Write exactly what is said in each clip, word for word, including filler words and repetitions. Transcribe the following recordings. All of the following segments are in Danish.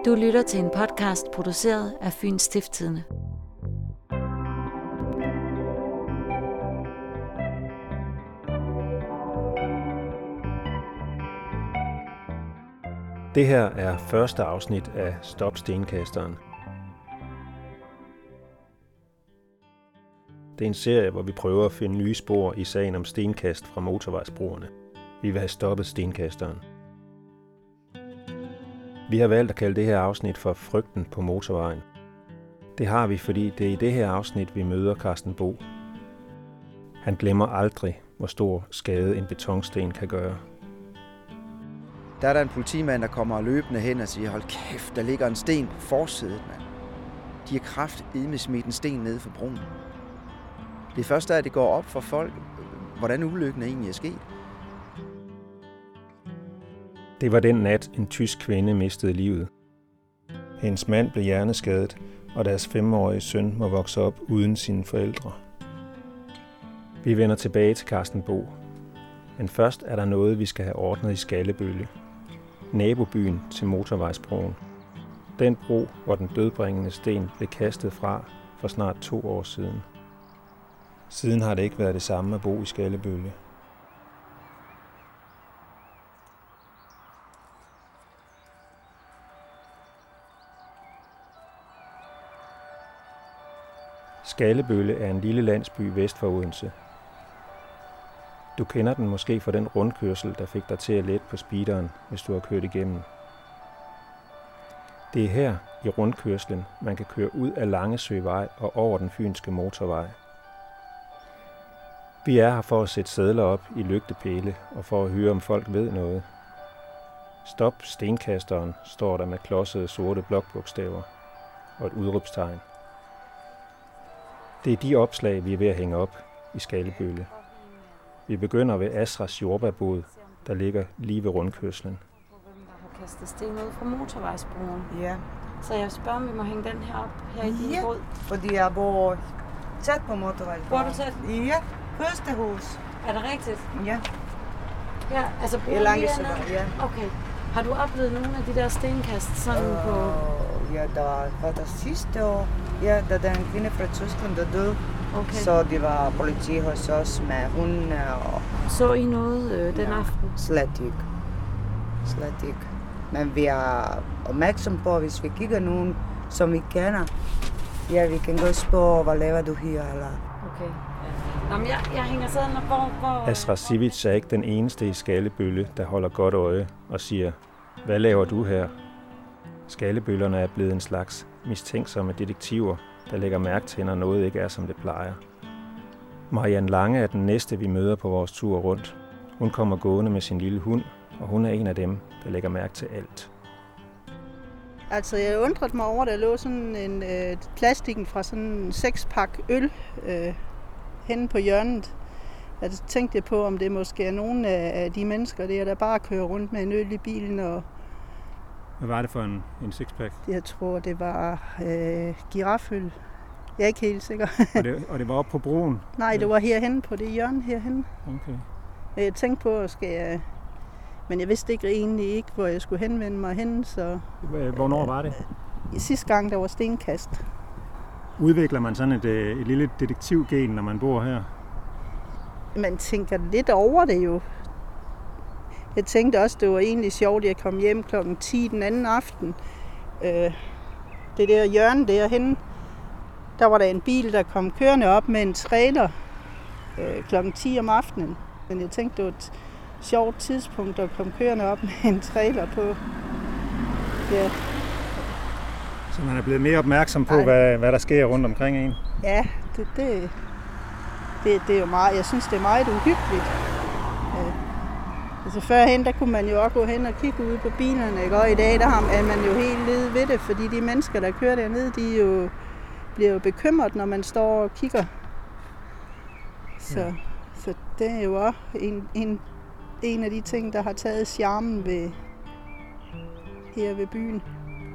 Du lytter til en podcast produceret af Fyens Stiftstidende. Det her er første afsnit af Stop Stenkasteren. Det er en serie, hvor vi prøver at finde nye spor i sagen om stenkast fra motorvejsbroerne. Vi vil have stoppet stenkasteren. Vi har valgt at kalde det her afsnit for Frygten på motorvejen. Det har vi, fordi det er i det her afsnit, vi møder Carsten Bo. Han glemmer aldrig, hvor stor skade en betonsten kan gøre. Der er der en politimand, der kommer løbende hen og siger, hold kæft, der ligger en sten på forsædet, mand. De har kraftedme smidt en sten ned for broen. Det er først, at det går op for folk, hvordan ulykken egentlig er sket. Det var den nat, en tysk kvinde mistede livet. Hendes mand blev hjerneskadet, og deres femårige søn må vokse op uden sine forældre. Vi vender tilbage til Carsten Bo. Men først er der noget, vi skal have ordnet i Skallebølle. Nabobyen til motorvejsbroen. Den bro, hvor den dødbringende sten blev kastet fra for snart to år siden. Siden har det ikke været det samme at bo i Skallebølle. Skallebølle er en lille landsby vest for Odense. Du kender den måske fra den rundkørsel, der fik dig til at lette på speederen, hvis du har kørt igennem. Det er her, i rundkørslen, man kan køre ud af Langesøvej og over den fynske motorvej. Vi er her for at sætte sedler op i lygtepæle og for at høre, om folk ved noget. Stop stenkasteren, står der med klodsede sorte blokbogstaver og et udråbstegn. Det er de opslag, vi er ved at hænge op i Skallebølle. Vi begynder ved Asras jordbærbod, der ligger lige ved rundkørslen. Der har kastet sten ud fra motorvejsbroen. Ja. Så jeg spørger, om vi må hænge den her op her i din Ja, båd. fordi jeg bor tæt på motorvejen. Bor du tæt? Ja, første hus. Er det rigtigt? Ja, Ja, altså i broen lige Langesøvej, hernede? ja. Okay. Har du oplevet nogle af de der stenkast sådan uh, på... Ja, der var, var der sidste år, ja, da der er en kvinde fra Tyskland, der døde. Okay. Så det var politi hos os med hunde og... Så I noget øh, den ja, aften? Slet ikke. Slet ikke. Men vi er opmærksom på, hvis vi kigger nogen, som vi kender. Ja, vi kan gå spørge, hvad laver du her, eller... Okay. Nå, men jeg, jeg hænger sådan, og hvor... hvor Asra Sivic er ikke den eneste i Skallebølle, der holder godt øje og siger, hvad laver du her? Skallebøllerne er blevet en slags mistænksomme detektiver, der lægger mærke til, når noget ikke er, som det plejer. Marianne Lange er den næste, vi møder på vores tur rundt. Hun kommer gående med sin lille hund, og hun er en af dem, der lægger mærke til alt. Altså, jeg undrede mig over, at der lå sådan en øh, plastikken fra sådan en seks-pak øl øh, henne på hjørnet. Jeg tænkte på, om det måske er nogle af, af de mennesker, der, der bare kører rundt med en øl i bilen. Og Hvad var det for en, en sixpack? jeg tror, det var øh, giraføl. Jeg er ikke helt sikker. Og det, og det var oppe på broen? Nej, det var herhenne på det hjørne herhenne. Okay. Jeg tænkte på, at skal jeg... Men jeg vidste ikke egentlig ikke, hvor jeg skulle henvende mig hen, så... Hvornår var det? I sidste gang, der var stenkast. Udvikler man sådan et, et lille detektivgen, når man bor her? Man tænker lidt over det jo. Jeg tænkte også, det var egentlig sjovt, at jeg kom hjem klokken ti den anden aften. Øh, det der hjørne derhenne, der var der en bil, der kom kørende op med en trailer øh, klokken ti om aftenen. Men jeg tænkte, det var et sjovt tidspunkt at komme kørende op med en trailer på. Ja. Så man er blevet mere opmærksom på, hvad, hvad der sker rundt omkring en? Ja, det, det, det, det er jo meget, jeg synes, det er meget uhyggeligt. Øh, altså førhen, der kunne man jo også gå hen og kigge ud på bilerne, ikke? Og i dag, der er man jo helt nede ved det, fordi de mennesker, der kører dernede, de jo, bliver jo bekymret, når man står og kigger. Så, ja. så det er jo også en, en, en af de ting, der har taget charmen ved, her ved byen.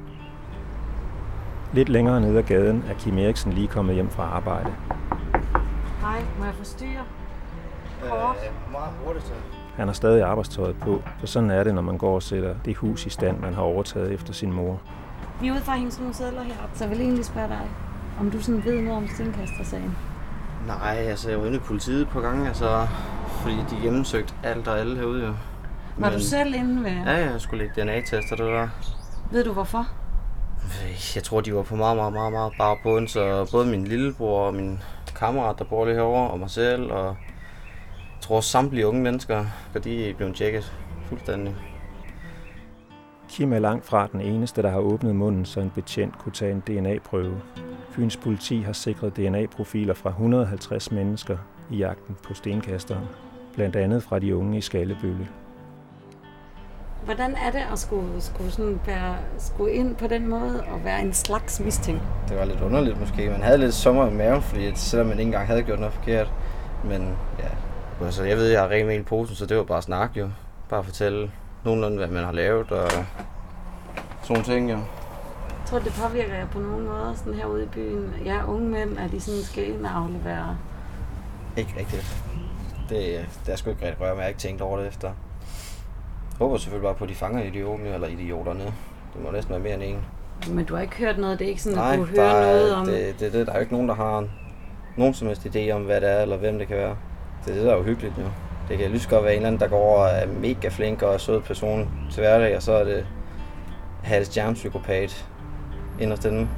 Lidt længere nede ad gaden er Kim Eriksen lige kommet hjem fra arbejde. Hej, må jeg forstyrre? Kort? Øh, meget hurtigt så. Han har stadig arbejdstøjet på, for sådan er det, når man går og sætter det hus i stand, man har overtaget efter sin mor. Vi er ude for at hænge sådan nogle sedler herop, så jeg vil egentlig spørge dig, om du sådan ved noget om Stenkaster-sagen? Nej, altså jeg var inde i politiet på gange, altså, fordi de gennemsøgte alt og alle herude jo. Var Men, du selv inde ved? Ja, jeg skulle lægge D N A-tester, det der. Ved du hvorfor? Jeg tror, de var på meget, meget, meget, meget bare bund, så både min lillebror og min kammerat, der bor lige herovre, og mig selv, og jeg tror samtlige unge mennesker, for de er blevet tjekket fuldstændig. Kim er langt fra den eneste, der har åbnet munden, så en betjent kunne tage en D N A-prøve. Fyns politi har sikret D N A-profiler fra et hundrede og halvtreds mennesker i jagten på stenkasteren, blandt andet fra de unge i Skallebølle. Hvordan er det at skulle, skulle, sådan være, skulle ind på den måde og være en slags mistænkt? Det var lidt underligt måske. Man havde lidt sommer i maven, fordi selvom man ikke engang havde gjort noget forkert. Men ja, altså, jeg ved, jeg har rent med i posen, så det var bare snak jo. Bare fortælle nogenlunde, hvad man har lavet og sådan ting jo. Jeg tror, det påvirker jer på nogen måde, sådan herude i byen. Ja, unge mænd, er de sådan skal ind og aflevere? Ikke rigtigt. Det, det er sgu ikke rigtig røre, men jeg har ikke tænkt over det efter. Jeg håber selvfølgelig bare på, at de fanger idioterne, eller idioterne. Det må næsten være mere end en. Men du har ikke hørt noget? Det er ikke sådan, Nej, at du hører er, noget om... det, det, det, der er jo ikke nogen, der har nogen som helst idé om, hvad det er, eller hvem det kan være. Det er det, der er jo hyggeligt jo. Det kan lige godt være en eller anden, der går over og er mega flink og er sød person til hverdag, og så er det Hades Jam-psykopat inderst inde.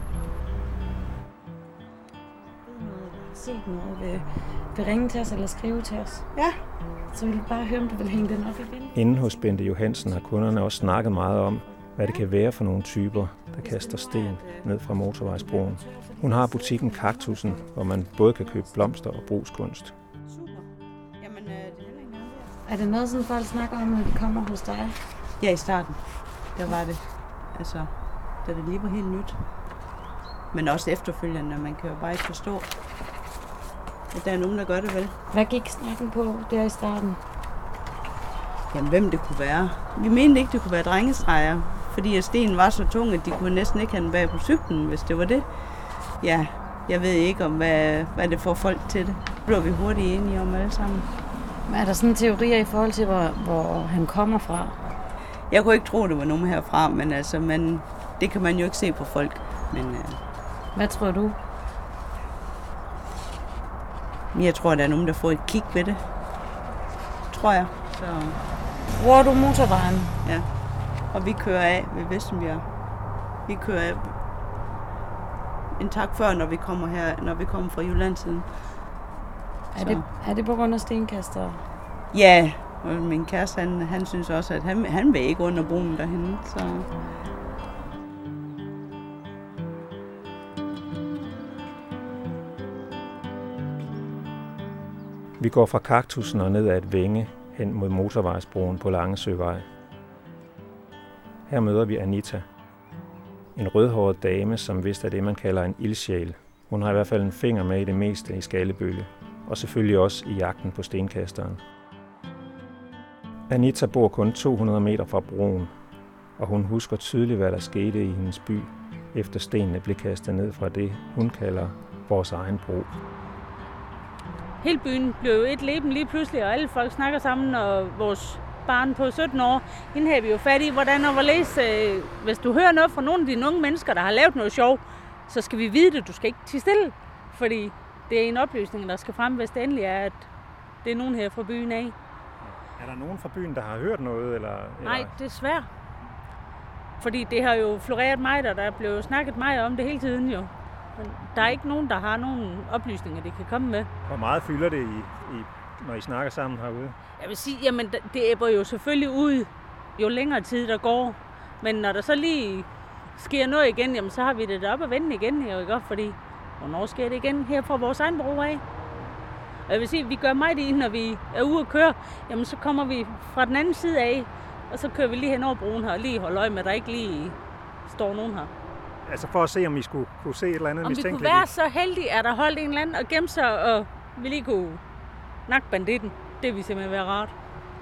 Set noget ved, ved ringe til os eller skrive til os. Ja. Så vil jeg bare høre, om du vil hænge den op igen. Inden hos Bente Johansen har kunderne også snakket meget om, hvad det kan være for nogle typer, der kaster sten ned fra motorvejsbroen. Hun har butikken Kaktusen, hvor man både kan købe blomster og brugskunst. Super. Jamen, øh, det er heller ikke noget. Er det noget, som folk snakker om, når de kommer hos dig? Ja, i starten. Der var det. Altså, da det lige var helt nyt. Men også efterfølgende, man kan jo bare ikke forstå, at der er nogen, der gør det vel. Hvad gik snakken på der i starten? Jamen, hvem det kunne være. Vi mente ikke, det kunne være drengestreger, fordi at stenen var så tung, at de kunne næsten ikke have den bag på cyklen, hvis det var det. Ja, jeg ved ikke, om hvad, hvad det får folk til det. Det blev vi hurtigt enige om alle sammen. Men er der sådan teorier i forhold til, hvor, hvor han kommer fra? Jeg kunne ikke tro, det var nogen herfra, men altså, man, det kan man jo ikke se på folk. Men, øh, hvad tror du? Jeg tror, der er nogen, der får et kig ved det. Tror jeg. Så... Bruger du motorvejen? Ja. Og vi kører af ved Vestenbjerg. Vi kører af en tak før, når vi kommer her, når vi kommer fra Jyllandsiden. Er det, er det på grund af stenkaster? Ja, og min kæreste, han, han synes også, at han, han vil ikke under broen derhenne. Så... Vi går fra Kaktusen og ned ad et vænge hen mod motorvejsbroen på Langesøvej. Her møder vi Anita. En rødhåret dame, som vist er det, man kalder en ildsjæl. Hun har i hvert fald en finger med i det meste i Skallebølle, og selvfølgelig også i jagten på stenkasteren. Anita bor kun to hundrede meter fra broen, og hun husker tydeligt, hvad der skete i hendes by, efter stenene blev kastet ned fra det, hun kalder vores egen bro. Hele byen blev jo et leben lige pludselig, og alle folk snakker sammen, og vores barn på sytten år, hende har vi jo fat i, hvordan og hvorledes, øh, hvis du hører noget fra nogle af dine unge mennesker, der har lavet noget sjov, så skal vi vide det, du skal ikke tie stille, fordi det er en oplysning, der skal frem, hvis det endelig er, at det er nogen her fra byen af. Er der nogen fra byen, der har hørt noget? Eller, eller? Nej, desværre. Fordi det har jo floreret mig, der er blevet snakket meget om det hele tiden jo. Men der er ikke nogen, der har nogen oplysninger, de kan komme med. Hvor meget fylder det, i, i, når I snakker sammen herude? Jeg vil sige, jamen det æbber jo selvfølgelig ud, jo længere tid der går. Men når der så lige sker noget igen, jamen så har vi det deroppe at vende igen her, ikke? Fordi hvornår sker det igen her fra vores egen bro af? Og jeg vil sige, vi gør meget det, når vi er ude at køre, jamen så kommer vi fra den anden side af, og så kører vi lige hen over broen her, og lige holder øje med, at der ikke lige står nogen her. Altså for at se, om I skulle kunne se et eller andet mistænkeligt? Om vi kunne være så heldige, at der holdt en eller anden og gemme sig, og vi lige kunne nakke banditten. Det ville simpelthen være rart.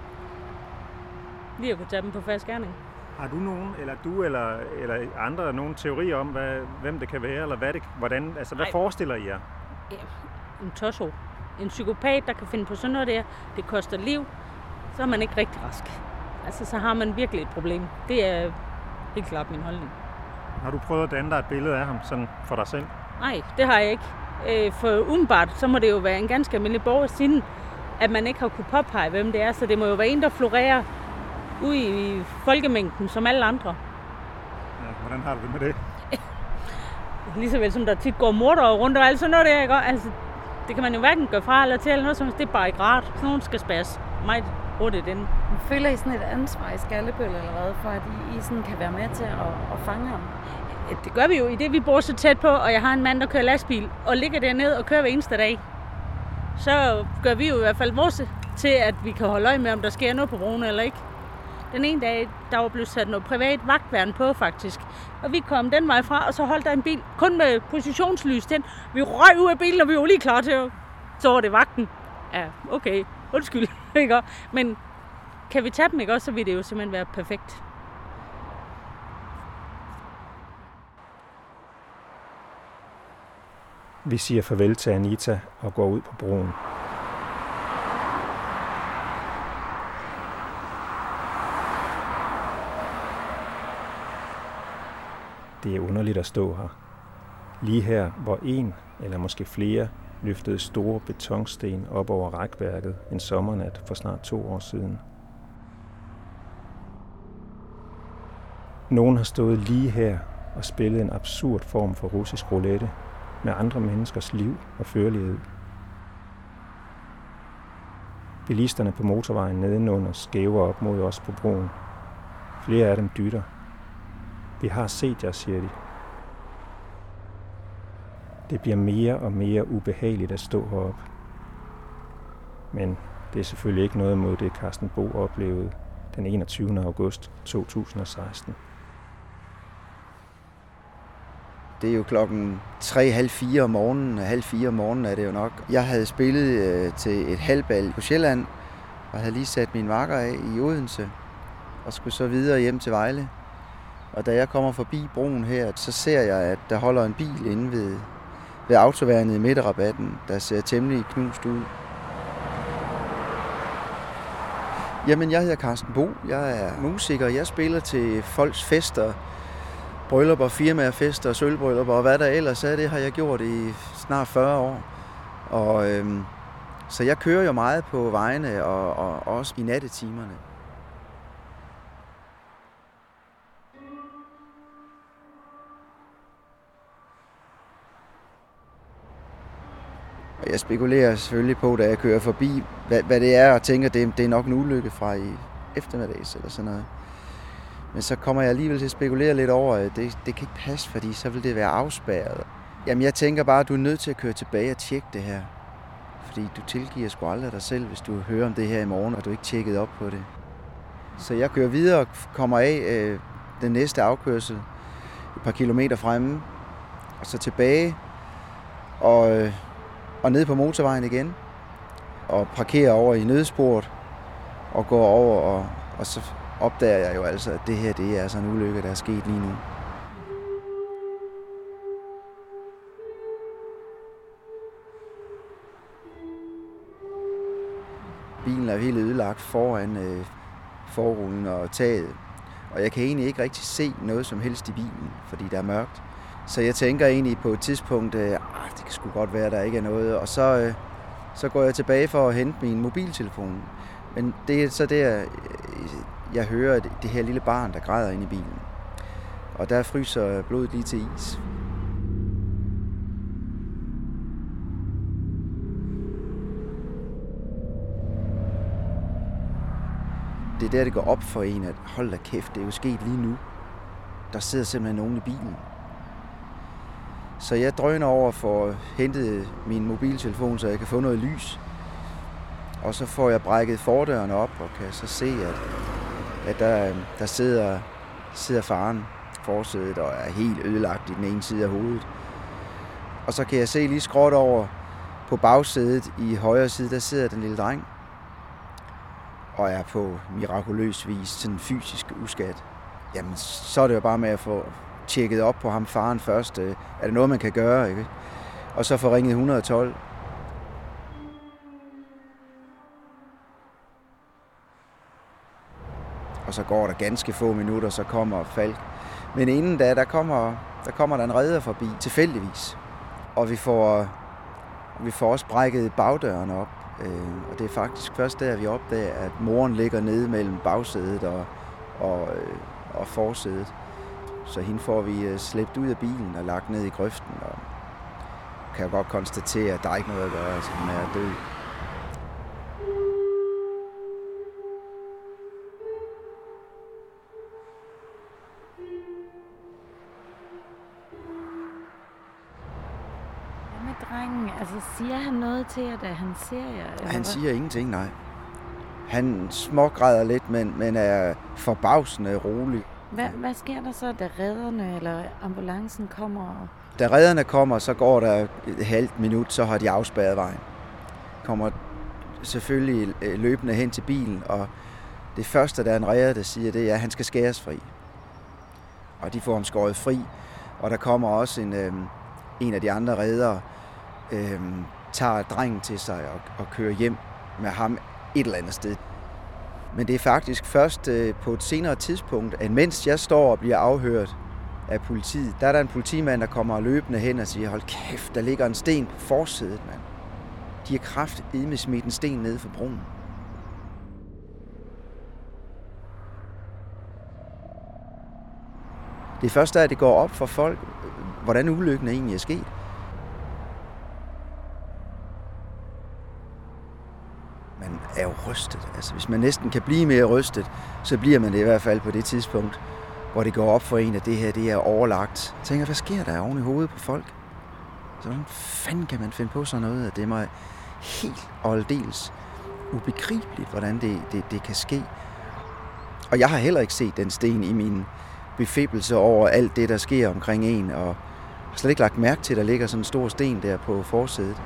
Lige at kunne tage dem på fast gerning. Har du nogen, eller du eller, eller andre, nogen teorier om, hvad, hvem det kan være, eller hvad det, hvordan, altså hvad Ej. forestiller I jer? Ja, en tosso. En psykopat, der kan finde på sådan noget der, det koster liv, så er man ikke rigtig rask. Altså, så har man virkelig et problem. Det er helt klart min holdning. Har du prøvet at danne dig et billede af ham sådan for dig selv? Nej, det har jeg ikke. Øh, for umiddelbart, så må det jo være en ganske almindelig borger siden, at man ikke har kunne påpege, hvem det er. Så det må jo være en, der florerer ude i folkemængden, som alle andre. Ja, hvordan har du det med det? Ligeså vel som der tit går mordere rundt og alt sådan noget der, ikke? Altså, det kan man jo hverken gøre fra eller til, eller noget som det er bare ikke rart. Så nogen skal spæres meget hurtigt inden. Føler I sådan et ansvar i Skallebøl eller hvad, for at I, I sådan kan være med til at, at fange ham? Det gør vi jo i det, vi bor så tæt på, og jeg har en mand, der kører lastbil og ligger dernede og kører hver eneste dag. Så gør vi jo i hvert fald vores til, at vi kan holde øje med, om der sker noget på broen eller ikke. Den ene dag, der var blevet sat noget privat vagtværn på faktisk. Og vi kom den vej fra, og så holdt der en bil kun med positionslys den. Vi røg ud af bilen, og vi var lige klar til at... Så var det vagten. Ja, okay. Undskyld. Ikke? Men kan vi tage dem, ikke også, så vil det jo simpelthen være perfekt. Vi siger farvel til Anita og går ud på broen. Det er underligt at stå her. Lige her, hvor en eller måske flere løftede store betonsten op over rækværket en sommernat for snart to år siden. Nogen har stået lige her og spillet en absurd form for russisk roulette med andre menneskers liv og førlighed. Bilisterne på motorvejen nedenunder skæver op mod os på broen. Flere af dem dytter. Vi har set jer, siger de. Det bliver mere og mere ubehageligt at stå heroppe. Men det er selvfølgelig ikke noget mod det, Carsten Bo oplevede den enogtyvende august to tusind og seksten. Det er jo klokken tre, halv fire om morgenen. Halv fire om morgenen er det jo nok. Jeg havde spillet øh, til et halvbal på Sjælland, og havde lige sat min makker af i Odense, og skulle så videre hjem til Vejle. Og da jeg kommer forbi broen her, så ser jeg, at der holder en bil inde ved, ved autoværnet i midterrabatten, der ser temmelig knust ud. Jamen, jeg hedder Carsten Bo. Jeg er musiker. Jeg spiller til folks fester, bryllupper, firmaerfester, sølvbryllupper og hvad der ellers er. Det har jeg gjort i snart fyrre år. Og, øhm, så jeg kører jo meget på vejene og, og også i nattetimerne. Og jeg spekulerer selvfølgelig på, da jeg kører forbi, hvad, hvad det er, og tænker, det, det er nok en ulykke fra i eftermiddags eller sådan noget. Men så kommer jeg alligevel til at spekulere lidt over, at det, det kan ikke passe, fordi så vil det være afspærret. Jamen jeg tænker bare, at du er nødt til at køre tilbage og tjekke det her. Fordi du tilgiver sgu aldrig dig selv, hvis du hører om det her i morgen, og du ikke tjekket op på det. Så jeg kører videre og kommer af øh, den næste afkørsel et par kilometer fremme, og så tilbage og, øh, og ned på motorvejen igen, og parkerer over i nødsporet og går over, og, og så opdager jeg jo altså, at det her det er sådan en ulykke, der er sket lige nu. Bilen er jo helt ødelagt foran øh, forruden og taget, og jeg kan egentlig ikke rigtig se noget som helst i bilen, fordi der er mørkt. Så jeg tænker egentlig på et tidspunkt, øh, det kan sgu godt være, at der ikke er noget, og så, øh, så går jeg tilbage for at hente min mobiltelefon. Men det er så der, jeg hører det her lille barn, der græder inde i bilen. Og der fryser blodet lige til is. Det er der, det går op for en, at hold da kæft, det er jo sket lige nu. Der sidder simpelthen nogen i bilen. Så jeg drøner over for at hente min mobiltelefon, så jeg kan få noget lys. Og så får jeg brækket fordøren op og kan så se, at, at der, der sidder, sidder faren forsædet og er helt ødelagt i den ene side af hovedet. Og så kan jeg se lige skråt over på bagsædet i højre side, der sidder den lille dreng. Og er på mirakuløs vis sådan fysisk uskat. Jamen, så er det jo bare med at få tjekket op på ham faren først. Er det noget, man kan gøre, ikke? Og så få ringet et et to. Og så går der ganske få minutter, så kommer Falk Men inden da, der kommer, der kommer der en redder forbi, tilfældigvis. Og vi får, vi får også brækket bagdøren op. Og det er faktisk først der, vi opdager, at moren ligger nede mellem bagsædet og, og, og forsædet. Så hende får vi slæbt ud af bilen og lagt ned i grøften. Og kan jo godt konstatere, at der er ikke noget at gøre, altså hun er død. Hvad med drengen? Altså, siger han noget til jer, da han ser jer? Eller Han hvad? siger ingenting, nej. Han smågræder lidt, men, men er forbavsende rolig. Hvad, hvad sker der så, da redderne eller ambulancen kommer? Da redderne kommer, så går der et halvt minut, så har de afspærret vejen. Kommer selvfølgelig løbende hen til bilen, og det første, der er en redder, der siger, det er, at han skal skæres fri. Og de får ham skåret fri, og der kommer også en, øh, en af de andre reddere, øh, tager drengen til sig og, og kører hjem med ham et eller andet sted. Men det er faktisk først øh, på et senere tidspunkt, at mens jeg står og bliver afhørt af politiet, der er der en politimand, der kommer løbende hen og siger, hold kæft, der ligger en sten på forsædet, mand. De har kraftedme smidt en sten ned for broen. Det første er, at det går op for folk, hvordan ulykken egentlig er sket. Man er jo rystet. Altså, hvis man næsten kan blive mere rystet, så bliver man det i hvert fald på det tidspunkt, hvor det går op for en, at det her det er overlagt. Jeg tænker, hvad sker der oven i hovedet på folk? Så hvordan fanden kan man finde på sådan noget, at det er mig helt og aldeles ubegribeligt, hvordan det, det, det kan ske. Og jeg har heller ikke set den sten i min befæbelse over alt det, der sker omkring en, og har slet ikke lagt mærke til, at der ligger sådan en stor sten der på forsædet.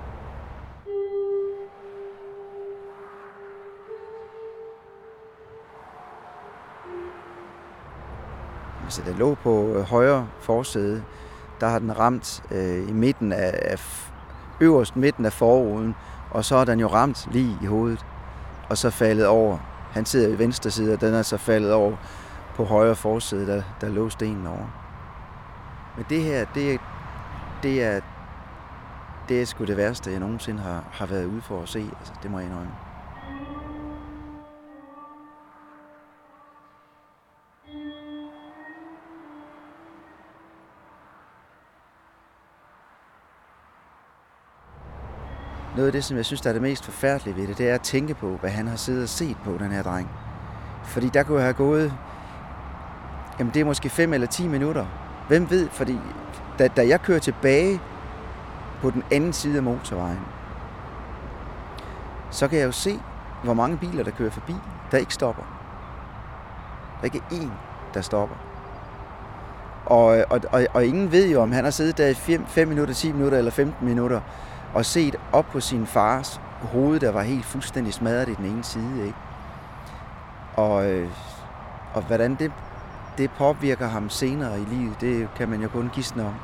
Altså, der lå på højre forsæde, der har den ramt øh, i midten af, af øverst midten af forruden, og så er den jo ramt lige i hovedet, og så faldet over. Han sidder i venstre side, og den er så faldet over på højre forsæde, der, der lå stenen over. Men det her, det er, det er, det er sgu det værste, jeg nogensinde har, har været ude for at se. Altså, det må jeg indrømme. Noget af det, som jeg synes, der er det mest forfærdelige ved det, det er at tænke på, hvad han har siddet og set på, den her dreng. Fordi der kunne jeg have gået, jamen det er måske fem eller ti minutter. Hvem ved, fordi da, da jeg kører tilbage på den anden side af motorvejen, så kan jeg jo se, hvor mange biler, der kører forbi, der ikke stopper. Der er ikke én, der stopper. Og, og, og, og ingen ved jo, om han har siddet der i fem minutter, ti minutter eller femten minutter, og set op på sin fars hoved, der var helt fuldstændig smadret i den ene side, ikke? Og, øh, og hvordan det, det påvirker ham senere i livet, det kan man jo kun gisne om.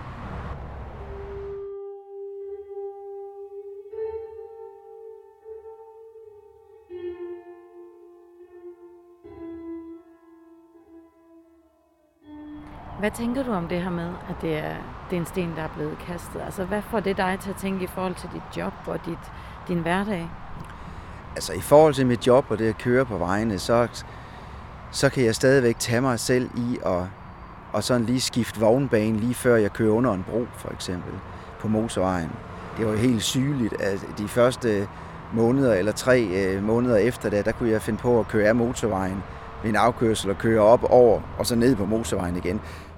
Hvad tænker du om det her med, at det er, det er en sten, der er blevet kastet? Altså, hvad får det dig til at tænke i forhold til dit job og dit, din hverdag? Altså, i forhold til mit job og det at køre på vejene, så, så kan jeg stadigvæk tage mig selv i at og sådan lige skifte vognbane, lige før jeg kører under en bro, for eksempel, på motorvejen. Det var jo helt sygeligt, at de første måneder eller tre måneder efter det, der kunne jeg finde på at køre af motorvejen ved en afkørsel og køre op over og så ned på motorvejen igen.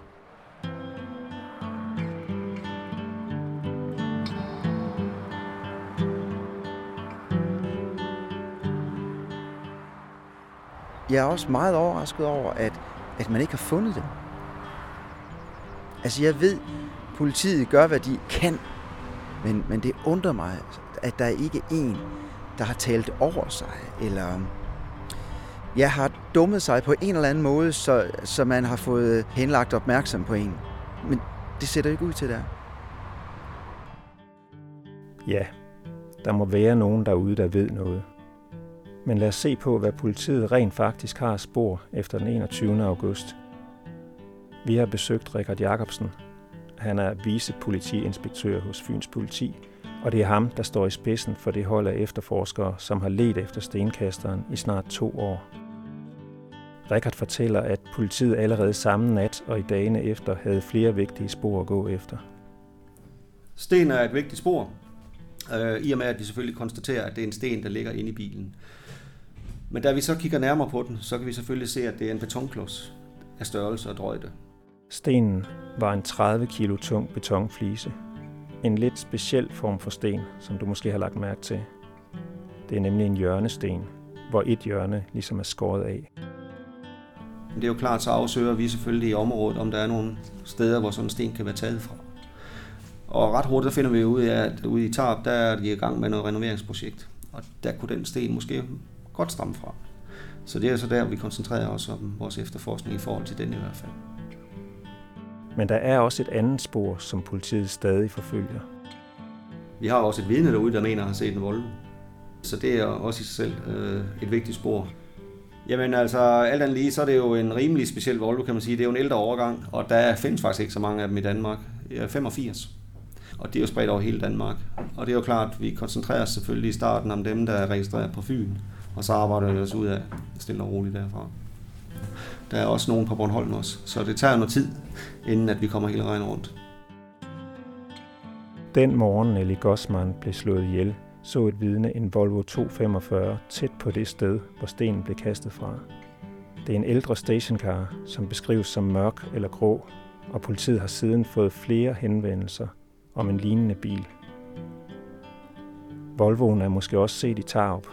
Jeg er også meget overrasket over, at, at man ikke har fundet dem. Altså jeg ved, politiet gør, hvad de kan, men, men det undrer mig, at der ikke er en, der har talt over sig, eller jeg har dummet sig på en eller anden måde, så, så man har fået henlagt opmærksom på en. Men det ser det ikke ud til der. Ja, der må være nogen derude, der ved noget. Men lad os se på, hvad politiet rent faktisk har spor efter den enogtyvende august. Vi har besøgt Richard Jacobsen. Han er vicepolitiinspektør hos Fyns Politi, og det er ham, der står i spidsen for det hold af efterforskere, som har ledt efter stenkasteren i snart to år. Richard fortæller, at politiet allerede samme nat og i dagene efter havde flere vigtige spor at gå efter. Sten er et vigtigt spor, øh, i og med at vi selvfølgelig konstaterer, at det er en sten, der ligger inde i bilen. Men da vi så kigger nærmere på den, så kan vi selvfølgelig se, at det er en betonklods af størrelse og drøjde. Stenen var en tredive kilo tung betonflise. En lidt speciel form for sten, som du måske har lagt mærke til. Det er nemlig en hjørnesten, hvor et hjørne ligesom er skåret af. Det er jo klart, så afsøger vi selvfølgelig i området, om der er nogle steder, hvor sådan en sten kan være taget fra. Og ret hurtigt finder vi ud af, at ude i Tarup, der er de i gang med noget renoveringsprojekt. Og der kunne den sten måske godt stamme fra. Så det er så der, vi koncentrerer os om vores efterforskning i forhold til den i hvert fald. Men der er også et andet spor, som politiet stadig forfølger. Vi har også et vidne derude, der mener at have set en Volvo. Så det er også i sig selv øh, et vigtigt spor. Jamen altså, alt andet lige, så er det jo en rimelig speciel Volvo, kan man sige. Det er jo en ældre overgang, og der findes faktisk ikke så mange af dem i Danmark. Jeg er femogfirs, og det er jo spredt over hele Danmark. Og det er jo klart, at vi koncentrerer os selvfølgelig i starten om dem, der er registreret på Fyn, og så arbejder vi os ud af stille og roligt derfra. Der er også nogen på Bornholm også, så det tager noget tid, inden at vi kommer hele vejen rundt. Den morgen Nelly Gossmann blev slået ihjel, så et vidne en Volvo to femogfyrre tæt på det sted, hvor stenen blev kastet fra. Det er en ældre stationcar, som beskrives som mørk eller grå, og politiet har siden fået flere henvendelser om en lignende bil. Volvoen er måske også set i Tarup.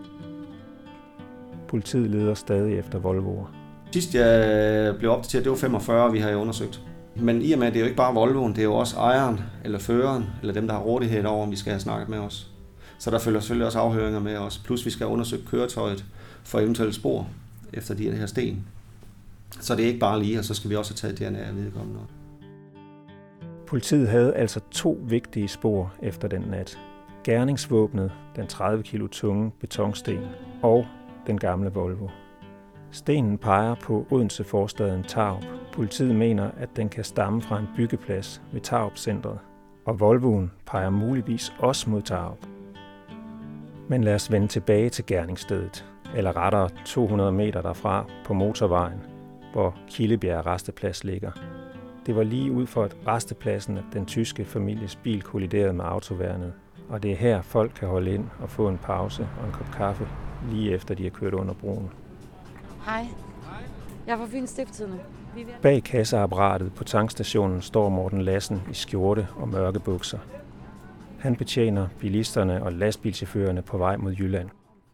Politiet leder stadig efter Volvoer. Sidst jeg blev opdateret, det var femogfyrre, vi har undersøgt. Men i og med, at det er jo ikke bare Volvoen, det er jo også ejeren eller føreren, eller dem, der har rådighed over, om vi skal have snakket med os. Så der følger selvfølgelig også afhøringer med os. Plus vi skal undersøge køretøjet for eventuelle spor efter de her sten. Så det er ikke bare lige, og så skal vi også have taget D N A af vedkommende. Politiet havde altså to vigtige spor efter den nat. Gerningsvåbnet, den tredive kilo tunge betonsten, og den gamle Volvo. Stenen peger på Odense-forstaden Tarup. Politiet mener, at den kan stamme fra en byggeplads ved Tarup-centret, og Volvoen peger muligvis også mod Tarup. Men lad os vende tilbage til gerningsstedet, eller rettere to hundrede meter derfra på motorvejen, hvor Kildebjerg Rasteplads ligger. Det var lige ud for rastepladsen, at den tyske families bil kolliderede med autoværnet, og det er her folk kan holde ind og få en pause og en kop kaffe, lige efter de har kørt under broen. Hej. Jeg er fra Fyns Stiftstidende. Bag kasseapparatet på tankstationen står Morten Lassen i skjorte og mørke bukser. Han betjener bilisterne og lastbilchaufførerne på vej mod Jylland.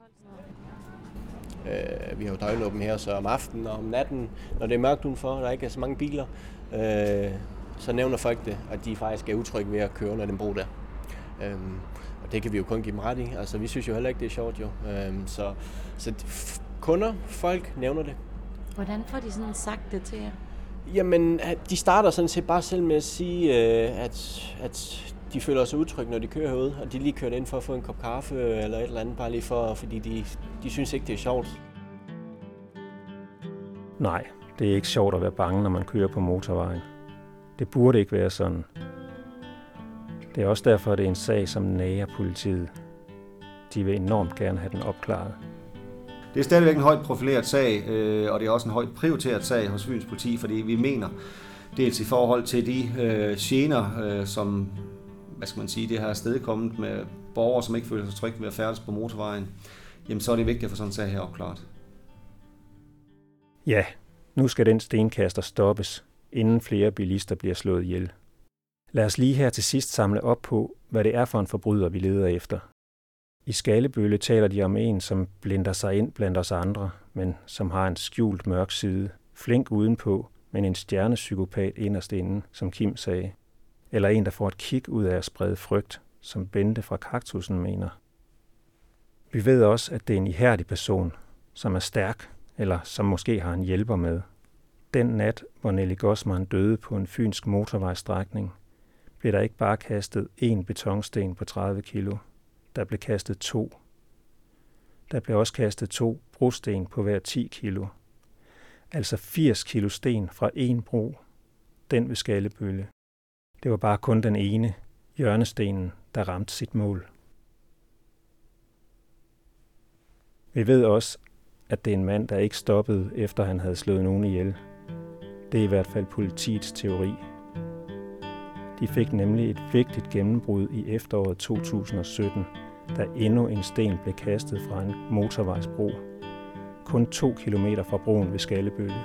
Øh, vi har jo døgnåben her, så om aftenen og om natten, når det er mørkt udenfor, der ikke er så mange biler, øh, så nævner folk det, at de faktisk er utrygge ved at køre under den bro der. Øh, og det kan vi jo kun give dem ret i. Altså, vi synes jo heller ikke, det er sjovt jo. Øh, så så kunder, folk nævner det. Hvordan får de sådan sagt det til jer? Jamen, de starter sådan set bare selv med at sige, at, at de føler sig utrygge, når de kører herude, og de lige kørt ind for at få en kop kaffe eller et eller andet, bare lige for, fordi de, de synes ikke, det er sjovt. Nej, det er ikke sjovt at være bange, når man kører på motorvejen. Det burde ikke være sådan. Det er også derfor, at det er en sag, som nager politiet. De vil enormt gerne have den opklaret. Det er stadigvæk en højt profileret sag, øh, og det er også en højt prioriteret sag hos Fyns Politi, fordi vi mener, dels i forhold til de øh, gener, øh, som hvad skal man sige, det her er afstedkommet med borgere, som ikke føler sig trygge ved at færdes på motorvejen, jamen så er det vigtigt at få sådan en sag her opklaret. Ja, nu skal den stenkaster stoppes, inden flere bilister bliver slået ihjel. Lad os lige her til sidst samle op på, hvad det er for en forbryder, vi leder efter. I Skallebølle taler de om en, som blinder sig ind blandt os andre, men som har en skjult mørk side, flink udenpå, men en stjernepsykopat inderst inde, som Kim sagde. Eller en, der får et kig ud af at sprede frygt, som Bente fra Kaktussen mener. Vi ved også, at det er en ihærdig person, som er stærk, eller som måske har en hjælper med. Den nat, hvor Nelly Gossmann døde på en fynsk motorvejsstrækning, blev der ikke bare kastet én betonsten på tredive kilo. Der blev kastet to. Der blev også kastet to brosten på hver ti kilo. Altså firs kilo sten fra én bro den ved Skallebølle. Det var bare kun den ene, hjørnestenen, der ramte sit mål. Vi ved også, at det er en mand, der ikke stoppede, efter han havde slået nogen ihjel. Det er i hvert fald politiets teori. De fik nemlig et vigtigt gennembrud i efteråret to tusind og sytten, da endnu en sten blev kastet fra en motorvejsbro. Kun to kilometer fra broen ved Skallebølle.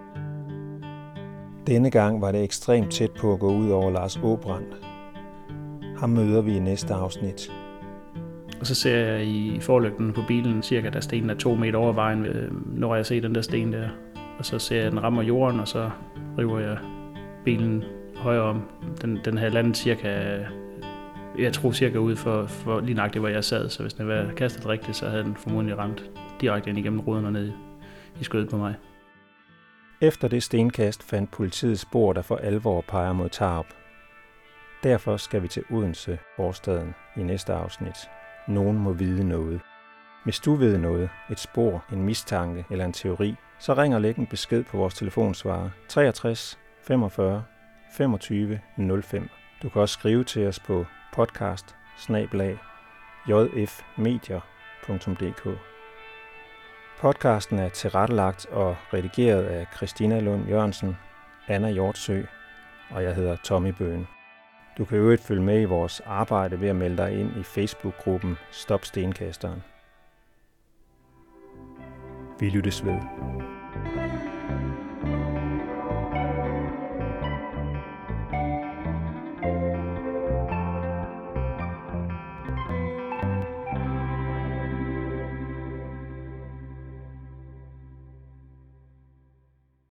Denne gang var det ekstremt tæt på at gå ud over Lars Åbrand. Ham møder vi i næste afsnit. Og så ser jeg i forlygten på bilen cirka, da stenen er to meter over vejen, når jeg ser den der sten der. Og så ser jeg, at den rammer jorden, og så river jeg bilen højere om. Den, den havde landet cirka, jeg tror cirka ud for, for lige nøjagtigt, hvor jeg sad. Så hvis den var kastet rigtigt, så havde den formodentlig ramt direkte ind igennem ruden og ned i skødet på mig. Efter det stenkast fandt politiet spor, der for alvor peger mod Tarup. Derfor skal vi til Odense, forstaden, i næste afsnit. Nogen må vide noget. Hvis du ved noget, et spor, en mistanke eller en teori, så ring og læg en besked på vores telefonsvarer treogtres femogfyrre femogtyve nul fem. Du kan også skrive til os på podcast bindestreg j f medier punktum d k. Podcasten er tilrettelagt og redigeret af Christina Lund Jørgensen, Anna Hjortsø og jeg hedder Tommy Bøhn. Du kan i øvrigt følge med i vores arbejde ved at melde dig ind i Facebook-gruppen Stop Stenkasteren. Vi lyttes ved.